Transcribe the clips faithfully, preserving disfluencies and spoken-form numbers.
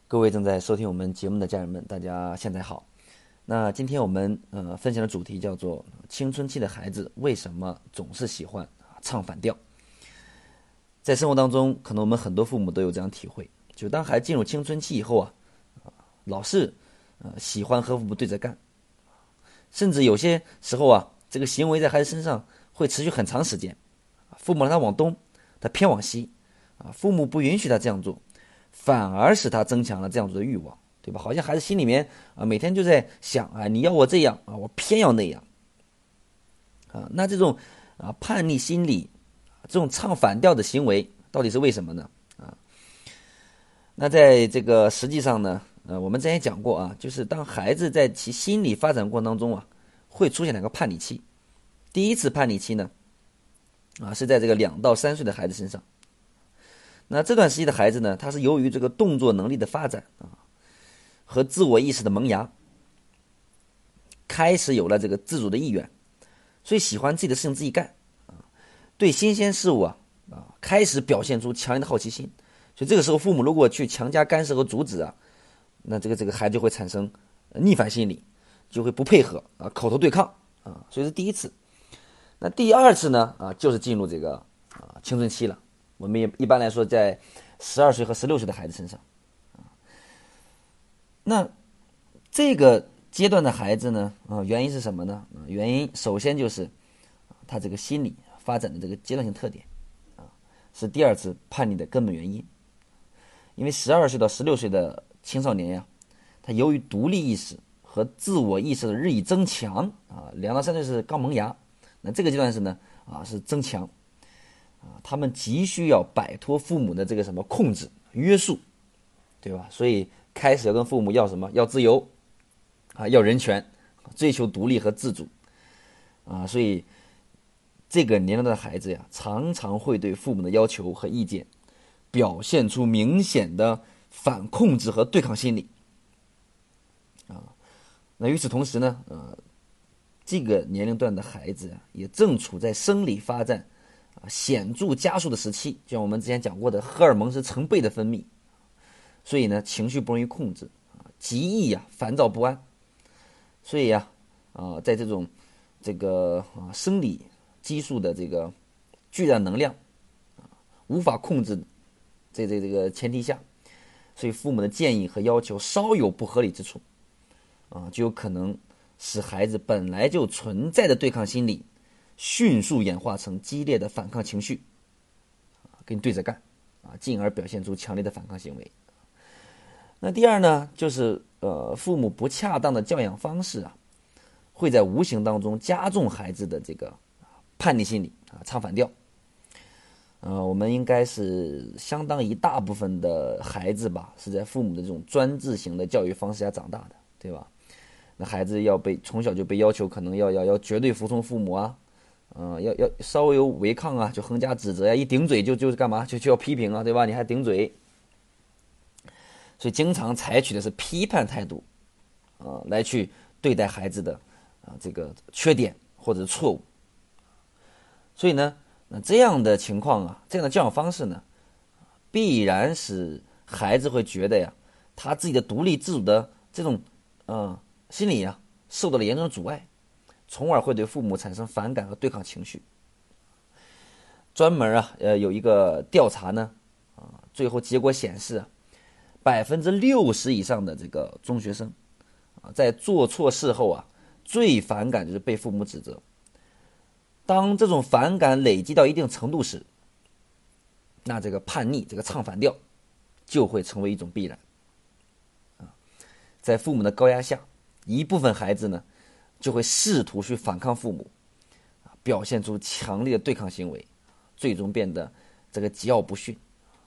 各位正在收听我们节目的家人们，大家现在好。那今天我们呃分享的主题叫做青春期的孩子为什么总是喜欢唱反调。在生活当中，可能我们很多父母都有这样体会，就当孩子进入青春期以后啊，老是呃喜欢和父母对着干，甚至有些时候啊，这个行为在孩子身上会持续很长时间。父母让他往东，他偏往西，啊，父母不允许他这样做，反而使他增强了这样做的欲望，对吧？好像孩子心里面啊，每天就在想啊，你要我这样啊，我偏要那样啊。那这种啊叛逆心理，这种唱反调的行为，到底是为什么呢？啊，那在这个实际上呢，呃，我们之前也讲过啊，就是当孩子在其心理发展过程当中啊，会出现两个叛逆期。第一次叛逆期呢，啊，是在这个两到三岁的孩子身上。那这段时期的孩子呢，他是由于这个动作能力的发展啊，和自我意识的萌芽，开始有了这个自主的意愿，所以喜欢自己的事情自己干啊，对新鲜事物啊啊开始表现出强烈的好奇心。所以这个时候，父母如果去强加干涉和阻止啊，那这个这个孩子就会产生逆反心理，就会不配合啊，口头对抗啊。所以是第一次。那第二次呢啊，就是进入这个啊青春期了。我们也一般来说在十二岁和十六岁的孩子身上。那这个阶段的孩子呢，啊，原因是什么呢？啊，原因首先就是他这个心理发展的这个阶段性特点，啊，是第二次叛逆的根本原因。因为十二岁到十六岁的青少年呀，他由于独立意识和自我意识的日益增强，啊，两到三岁是刚萌芽，那这个阶段是呢，啊，是增强，啊，他们急需要摆脱父母的这个什么控制约束，对吧？所以开始要跟父母要什么？要自由啊，要人权，追求独立和自主啊。所以这个年龄段的孩子呀，常常会对父母的要求和意见表现出明显的反控制和对抗心理啊。那与此同时呢，呃，这个年龄段的孩子呀，也正处在生理发展啊显著加速的时期，就像我们之前讲过的，荷尔蒙是成倍的分泌，所以呢，情绪不容易控制，极易呀烦躁不安。所以呀，啊，在这种这个啊生理激素的这个巨大能量无法控制这这这个前提下，所以父母的建议和要求稍有不合理之处，啊，就有可能使孩子本来就存在的对抗心理迅速演化成激烈的反抗情绪，啊，跟你对着干，啊，进而表现出强烈的反抗行为。那第二呢，就是呃，父母不恰当的教养方式啊，会在无形当中加重孩子的这个叛逆心理啊，唱反调。呃，我们应该是相当一大部分的孩子吧，是在父母的这种专制型的教育方式下长大的，对吧？那孩子要被从小就被要求，可能要要要绝对服从父母啊，嗯、呃，要要稍微有违抗啊，就横加指责呀、啊，一顶嘴就就是干嘛，就就要批评啊，对吧？你还顶嘴，所以经常采取的是批判态度，啊、呃，来去对待孩子的啊、呃、这个缺点或者是错误。所以呢，那这样的情况啊，这样的教养方式呢，必然使孩子会觉得呀，他自己的独立自主的这种呃心理啊，受到了严重的阻碍，从而会对父母产生反感和对抗情绪。专门啊，呃，有一个调查呢，啊，最后结果显示啊，百分之六十以上的这个中学生啊，在做错事后啊，最反感就是被父母指责。当这种反感累积到一定程度时，那这个叛逆，这个唱反调，就会成为一种必然。啊，在父母的高压下，一部分孩子呢，就会试图去反抗父母，表现出强烈的对抗行为，最终变得这个桀骜不驯。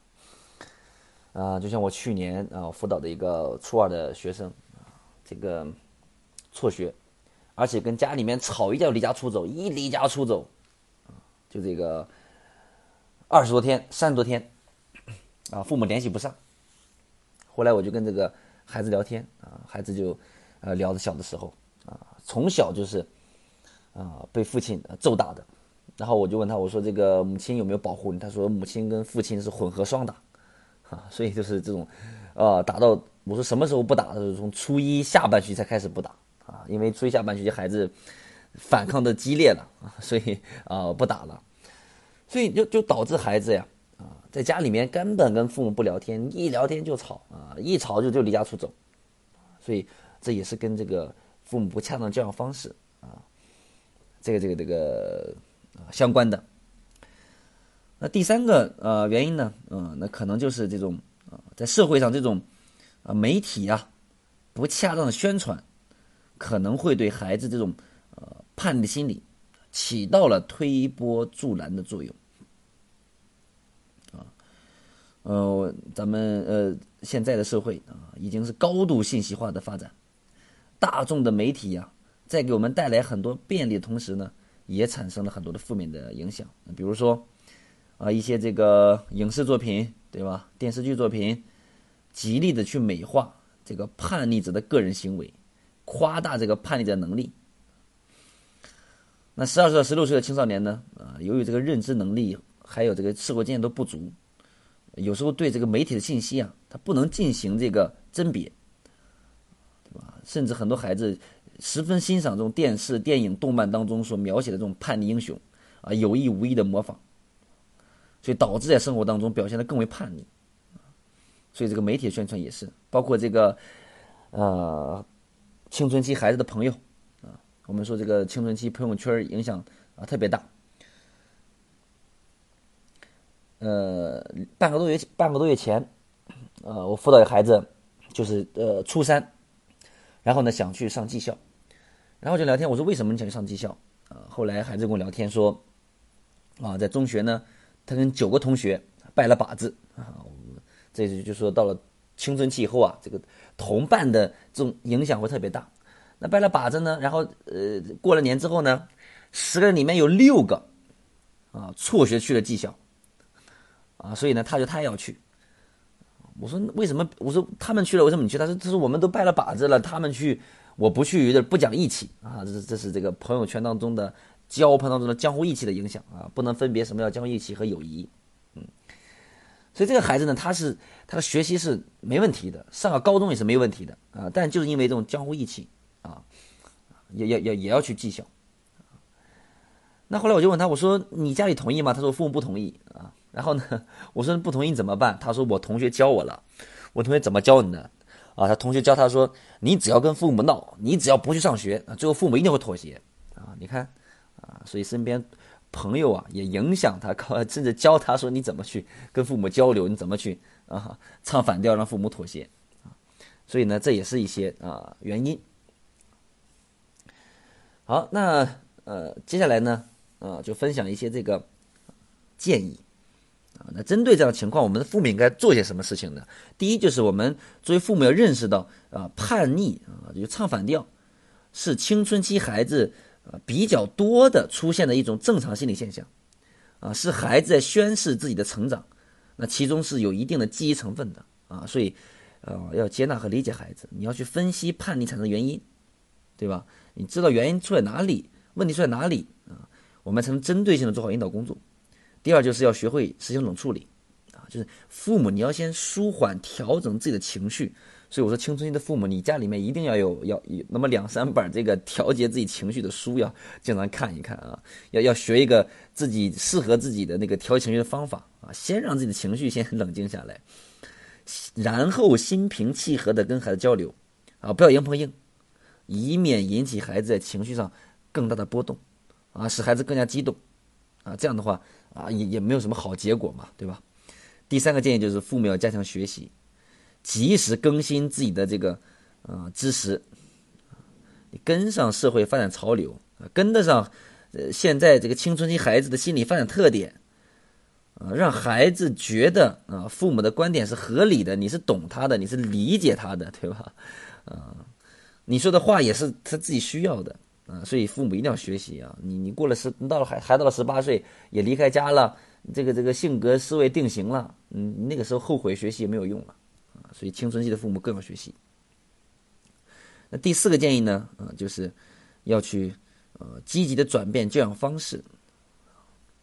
啊，就像我去年啊辅导的一个初二的学生，这个辍学，而且跟家里面吵一架就离家出走，一离家出走，就这个二十多天、三十多天，啊，父母联系不上。后来我就跟这个孩子聊天啊，孩子就呃聊着小的时候啊，从小就是啊被父亲揍打的。然后我就问他，我说这个母亲有没有保护你？他说母亲跟父亲是混合双打，啊，所以就是这种呃，打到我说什么时候不打？就是从初一下半学期才开始不打啊，因为初一下半学期孩子反抗的激烈了啊，所以啊、呃、不打了，所以就就导致孩子呀啊在家里面根本跟父母不聊天，一聊天就吵啊，一吵就就离家出走，所以这也是跟这个父母不恰当的教养方式啊，这个这个这个、呃、相关的。那第三个呃原因呢，嗯、呃，那可能就是这种啊、呃，在社会上这种啊、呃、媒体啊不恰当的宣传，可能会对孩子这种呃叛逆的心理起到了推波助澜的作用。啊，呃，咱们呃现在的社会啊，已经是高度信息化的发展，大众的媒体呀、啊，在给我们带来很多便利的同时呢，也产生了很多的负面的影响。比如说啊，一些这个影视作品，对吧？电视剧作品，极力的去美化这个叛逆者的个人行为，夸大这个叛逆者的能力。那十二岁到十六岁的青少年呢，啊，由于这个认知能力还有这个社会经验都不足，有时候对这个媒体的信息啊，他不能进行这个甄别，对吧？甚至很多孩子十分欣赏这种电视、电影、动漫当中所描写的这种叛逆英雄，啊，有意无意的模仿，所以导致在生活当中表现得更为叛逆。所以这个媒体的宣传也是，包括这个呃青春期孩子的朋友啊，我们说这个青春期朋友圈影响啊特别大。呃，半个多月半个多月前，呃，我辅导一个孩子，就是呃初三，然后呢想去上技校，然后就聊天，我说为什么你想去上技校？啊、呃，后来孩子跟我聊天说，啊，在中学呢，他跟九个同学拜了把子啊，这就说到了青春期以后啊，这个同伴的这种影响会特别大。那拜了把子呢，然后呃过了年之后呢，十个人里面有六个啊辍学去了技校啊，所以呢他就他也要去。我说为什么？我说他们去了，为什么你去？他说他说我们都拜了把子了，他们去我不去，有点不讲义气啊。这是这是这个朋友圈当中的交朋当中的江湖义气的影响啊，不能分别什么叫江湖义气和友谊。嗯，所以这个孩子呢，他是他的学习是没问题的，上个高中也是没问题的啊，但就是因为这种江湖义气啊，也也也也要去技校。那后来我就问他，我说你家里同意吗？他说父母不同意啊。然后呢，我说不同意怎么办？他说我同学教我了。我同学怎么教你的？啊，他同学教他说，你只要跟父母闹，你只要不去上学，最后父母一定会妥协啊。你看啊，所以身边朋友啊也影响他，甚至教他说你怎么去跟父母交流，你怎么去啊唱反调让父母妥协啊。所以呢，这也是一些啊原因。好，那呃接下来呢，呃就分享一些这个建议。啊，那针对这样的情况，我们的父母应该做些什么事情呢？第一，就是我们作为父母要认识到，啊，叛逆啊，就唱反调，是青春期孩子啊比较多的出现的一种正常心理现象，啊，是孩子在宣示自己的成长，那其中是有一定的记忆成分的啊，所以，呃，要接纳和理解孩子，你要去分析叛逆产生的原因，对吧？你知道原因出在哪里，问题出在哪里啊，我们才能针对性的做好引导工作。第二就是要学会实行冷处理，啊，就是父母你要先舒缓调整自己的情绪。所以我说青春期的父母，你家里面一定要有要有那么两三本这个调节自己情绪的书，要经常看一看啊，要要学一个自己适合自己的那个调节情绪的方法啊，先让自己的情绪先冷静下来，然后心平气和的跟孩子交流啊，不要硬碰硬，以免引起孩子在情绪上更大的波动啊，使孩子更加激动啊，这样的话。啊，也也没有什么好结果嘛，对吧？第三个建议就是父母要加强学习，及时更新自己的这个呃知识，你跟上社会发展潮流，跟得上呃现在这个青春期孩子的心理发展特点，啊、呃，让孩子觉得啊、呃、父母的观点是合理的，你是懂他的，你是理解他的，对吧？啊、呃，你说的话也是他自己需要的。啊，所以父母一定要学习啊！你你过了十，你到了还还到了十八岁，也离开家了，这个这个性格思维定型了，嗯，那个时候后悔学习也没有用了啊！所以青春期的父母更要学习。那第四个建议呢，啊，就是要去呃积极的转变教养方式，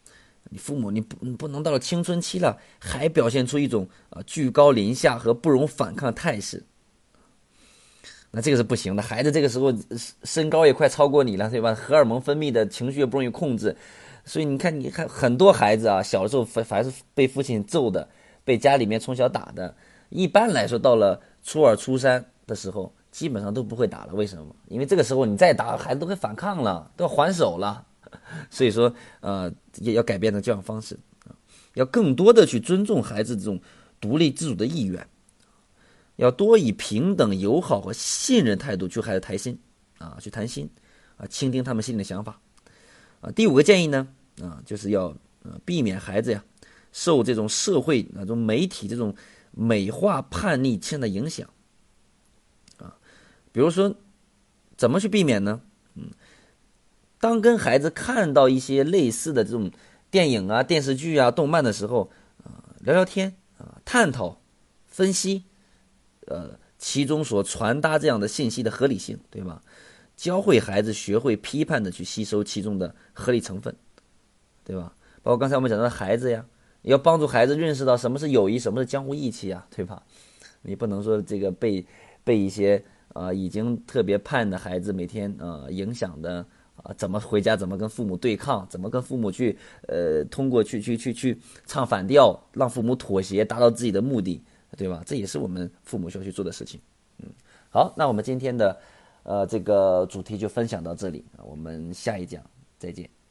你父母你不你不能到了青春期了，还表现出一种啊居高临下和不容反抗的态势，那这个是不行的。孩子这个时候身高也快超过你了，对吧？荷尔蒙分泌的情绪也不容易控制，所以你看，你看很多孩子啊，小的时候反反而是被父亲揍的，被家里面从小打的。一般来说，到了初二、初三的时候，基本上都不会打了。为什么？因为这个时候你再打，孩子都会反抗了，都要还手了。所以说，呃，也要改变的教养方式，要更多的去尊重孩子这种独立自主的意愿。要多以平等、友好和信任态度去和孩子谈心啊，去谈心啊，倾听他们心里的想法啊。第五个建议呢啊，就是要呃避免孩子呀受这种社会那种媒体这种美化叛逆倾向的影响啊。比如说，怎么去避免呢？嗯，当跟孩子看到一些类似的这种电影啊、电视剧啊、动漫的时候啊，聊聊天啊，探讨、分析。呃，其中所传达这样的信息的合理性，对吧？教会孩子学会批判的去吸收其中的合理成分，对吧？包括刚才我们讲到的孩子呀，要帮助孩子认识到什么是友谊，什么是江湖义气啊，对吧？你不能说这个被被一些呃已经特别叛的孩子每天呃影响的啊、呃，怎么回家怎么跟父母对抗，怎么跟父母去呃通过去去去去唱反调，让父母妥协，达到自己的目的。对吧？这也是我们父母需要去做的事情。嗯，好，那我们今天的呃这个主题就分享到这里，我们下一讲再见。